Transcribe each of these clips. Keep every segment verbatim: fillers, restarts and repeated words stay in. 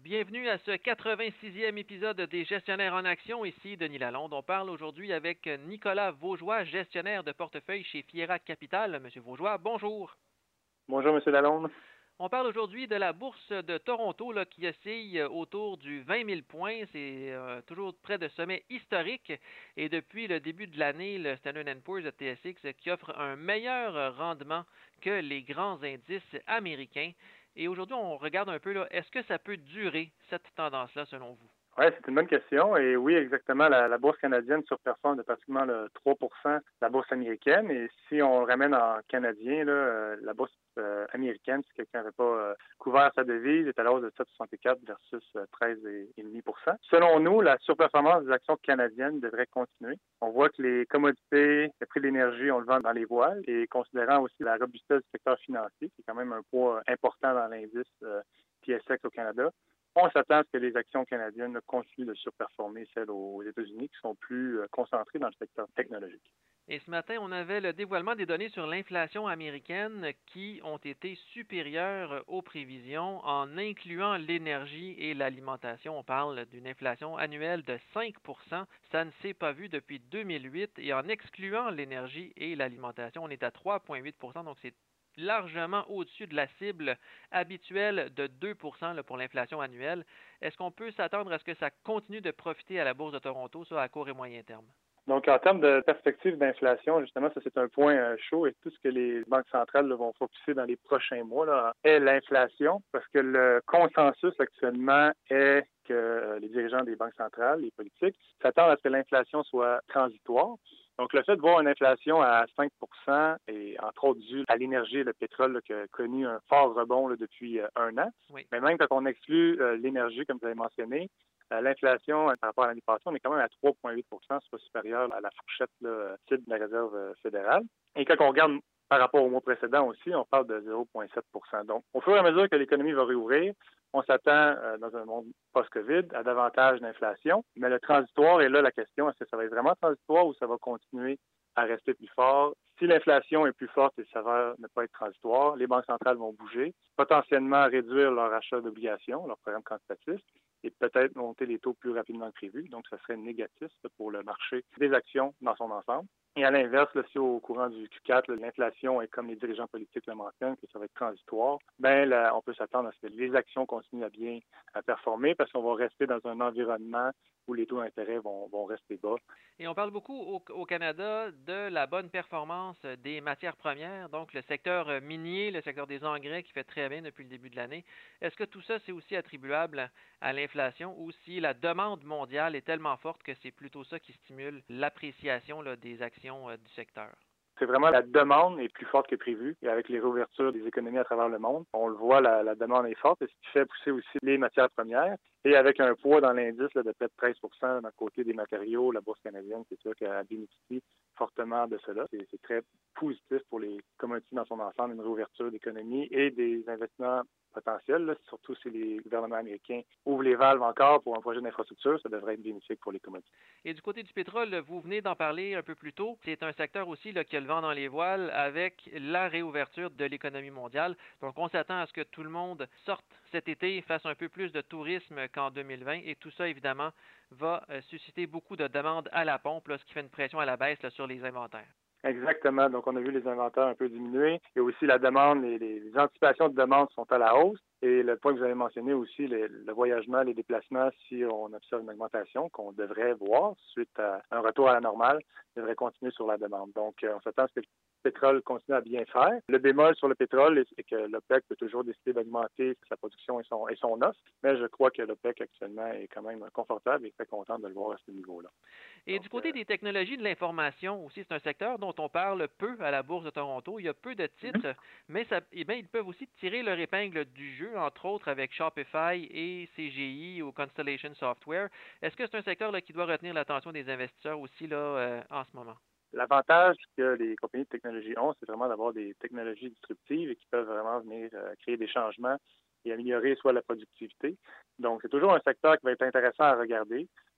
Bienvenue à ce quatre-vingt-sixième épisode des Gestionnaires en action. Ici Denis Lalonde. On parle aujourd'hui avec Nicolas Vaugeois, gestionnaire de portefeuille chez Fiera Capital. Monsieur Vaugeois, bonjour. Bonjour, Monsieur Lalonde. On parle aujourd'hui de la bourse de Toronto là, qui oscille autour du vingt mille points. C'est euh, toujours près de sommets historiques. Et depuis le début de l'année, le Standard and Poor's, le T S X, qui offre un meilleur rendement que les grands indices américains. Et aujourd'hui, on regarde un peu, là, est-ce que ça peut durer, cette tendance-là, selon vous? Oui, c'est une bonne question. Et oui, exactement, la, la bourse canadienne surperforme de pratiquement le trois pour cent la bourse américaine. Et si on le ramène en canadien, là, euh, la bourse euh, américaine, si quelqu'un n'avait pas euh, couvert sa devise, est à la hausse de sept virgule soixante-quatre versus euh, treize virgule cinq pour cent. Selon nous, la surperformance des actions canadiennes devrait continuer. On voit que les commodités, le prix de l'énergie, on le vend dans les voiles. Et considérant aussi la robustesse du secteur financier, qui est quand même un poids important dans l'indice euh, T S X au Canada, on s'attend à ce que les actions canadiennes continuent de surperformer celles aux États-Unis qui sont plus concentrées dans le secteur technologique. Et ce matin, on avait le dévoilement des données sur l'inflation américaine qui ont été supérieures aux prévisions en incluant l'énergie et l'alimentation. On parle d'une inflation annuelle de cinq pour cent. Ça ne s'est pas vu depuis deux mille huit. Et en excluant l'énergie et l'alimentation, on est à trois virgule huit pour cent. Donc, c'est largement au-dessus de la cible habituelle de deux pour cent là, pour l'inflation annuelle. Est-ce qu'on peut s'attendre à ce que ça continue de profiter à la Bourse de Toronto, ça, à court et moyen terme? Donc, en termes de perspective d'inflation, justement, ça, c'est un point euh, chaud et tout ce que les banques centrales là, vont focuser dans les prochains mois là, est l'inflation parce que le consensus actuellement est que euh, les dirigeants des banques centrales, les politiques, s'attendent à ce que l'inflation soit transitoire. Donc, le fait de voir une inflation à cinq pour cent et entre autres dû à l'énergie et le pétrole là, qui a connu un fort rebond là, depuis euh, un an. Oui. Mais même quand on exclut euh, l'énergie, comme vous avez mentionné, euh, l'inflation euh, par rapport à l'année passée, on est quand même à trois virgule huit pour cent, c'est pas supérieur à la fourchette là, cible de la réserve euh, fédérale. Et quand on regarde par rapport au mois précédent aussi, on parle de zéro virgule sept pour cent. Donc, au fur et à mesure que l'économie va réouvrir, on s'attend, euh, dans un monde post-COVID, à davantage d'inflation. Mais le transitoire est là la question, est-ce que ça va être vraiment transitoire ou ça va continuer à rester plus fort? Si l'inflation est plus forte et s'avère ne pas être transitoire, les banques centrales vont bouger, potentiellement réduire leur achat d'obligations, leur programme quantitatif, et peut-être monter les taux plus rapidement que prévu. Donc, ça serait négatif pour le marché des actions dans son ensemble. Et à l'inverse, là, si au courant du Q quatre, là, l'inflation est comme les dirigeants politiques le mentionnent, que ça va être transitoire, ben là, on peut s'attendre à ce que les actions continuent à bien à performer parce qu'on va rester dans un environnement où les taux d'intérêt vont, vont rester bas. Et on parle beaucoup au, au Canada de la bonne performance des matières premières, donc le secteur minier, le secteur des engrais qui fait très bien depuis le début de l'année. Est-ce que tout ça, c'est aussi attribuable à l'inflation ou si la demande mondiale est tellement forte que c'est plutôt ça qui stimule l'appréciation là, des actions euh, du secteur? C'est vraiment la demande est plus forte que prévu. Et avec les réouvertures des économies à travers le monde, on le voit, la, la demande est forte, et ce qui fait pousser aussi les matières premières. Et avec un poids dans l'indice là, de près de treize pour cent d'un côté des matériaux, la bourse canadienne, c'est sûr qu'elle bénéficie fortement de cela. C'est, c'est très positif pour les commodités dans son ensemble, une réouverture d'économie et des investissements potentiels, là, surtout si les gouvernements américains ouvrent les valves encore pour un projet d'infrastructure, ça devrait être bénéfique pour les commodités. Et du côté du pétrole, vous venez d'en parler un peu plus tôt. C'est un secteur aussi là, qui a le vent dans les voiles avec la réouverture de l'économie mondiale. Donc, on s'attend à ce que tout le monde sorte cet été, fasse un peu plus de tourisme qu'en deux mille vingt. Et tout ça, évidemment, va euh, susciter beaucoup de demandes à la pompe, là, ce qui fait une pression à la baisse là, sur les inventaires. Exactement. Donc, on a vu les inventaires un peu diminuer. Et aussi, la demande, les, les anticipations de demande sont à la hausse. Et le point que vous avez mentionné aussi, le, le voyagement, les déplacements, si on observe une augmentation qu'on devrait voir suite à un retour à la normale, devrait continuer sur la demande. Donc, on s'attend à ce que le pétrole continue à bien faire. Le bémol sur le pétrole, c'est que l'OPEC peut toujours décider d'augmenter sa production et son, et son offre, mais je crois que l'OPEC actuellement est quand même confortable et très content de le voir à ce niveau-là. Et Donc, du côté euh, des technologies de l'information aussi, c'est un secteur dont on parle peu à la Bourse de Toronto. Il y a peu de titres, mais ça, eh bien, ils peuvent aussi tirer leur épingle du jeu, entre autres avec Shopify et C G I ou Constellation Software. Est-ce que c'est un secteur là, qui doit retenir l'attention des investisseurs aussi là, euh, en ce moment? L'avantage que les compagnies de technologie ont, c'est vraiment d'avoir des technologies disruptives et qui peuvent vraiment venir euh, créer des changements et améliorer soit la productivité. Donc, c'est toujours un secteur qui va être intéressant à regarder.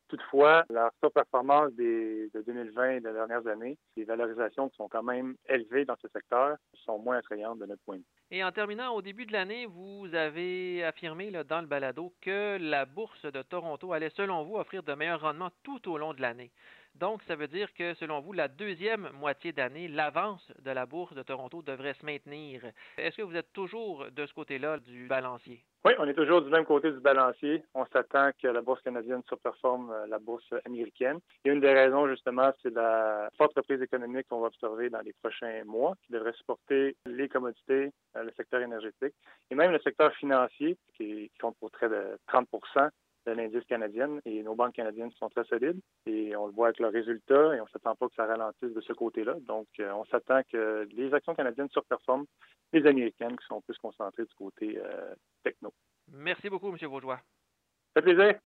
Toutefois, la surperformance des, de deux mille vingt et des dernières années, les valorisations qui sont quand même élevées dans ce secteur sont moins attrayantes de notre point de vue. Et en terminant, au début de l'année, vous avez affirmé là, dans le balado que la bourse de Toronto allait, selon vous, offrir de meilleurs rendements tout au long de l'année. Donc, ça veut dire que, selon vous, la deuxième moitié d'année, l'avance de la bourse de Toronto devrait se maintenir. Est-ce que vous êtes toujours de ce côté-là du balancier? Oui, on est toujours du même côté du balancier. On s'attend que la bourse canadienne surperforme la bourse américaine. Et une des raisons, justement, c'est la forte reprise économique qu'on va observer dans les prochains mois, qui devrait supporter les commodités, le secteur énergétique et même le secteur financier, qui compte pour près de trente pour cent de l'indice canadien. Et nos banques canadiennes sont très solides. Et on le voit avec leurs résultats et on ne s'attend pas que ça ralentisse de ce côté-là. Donc, on s'attend que les actions canadiennes surperforment les américaines qui sont plus concentrées du côté euh, techno. Merci beaucoup, M. Vaugeois. Ça fait plaisir.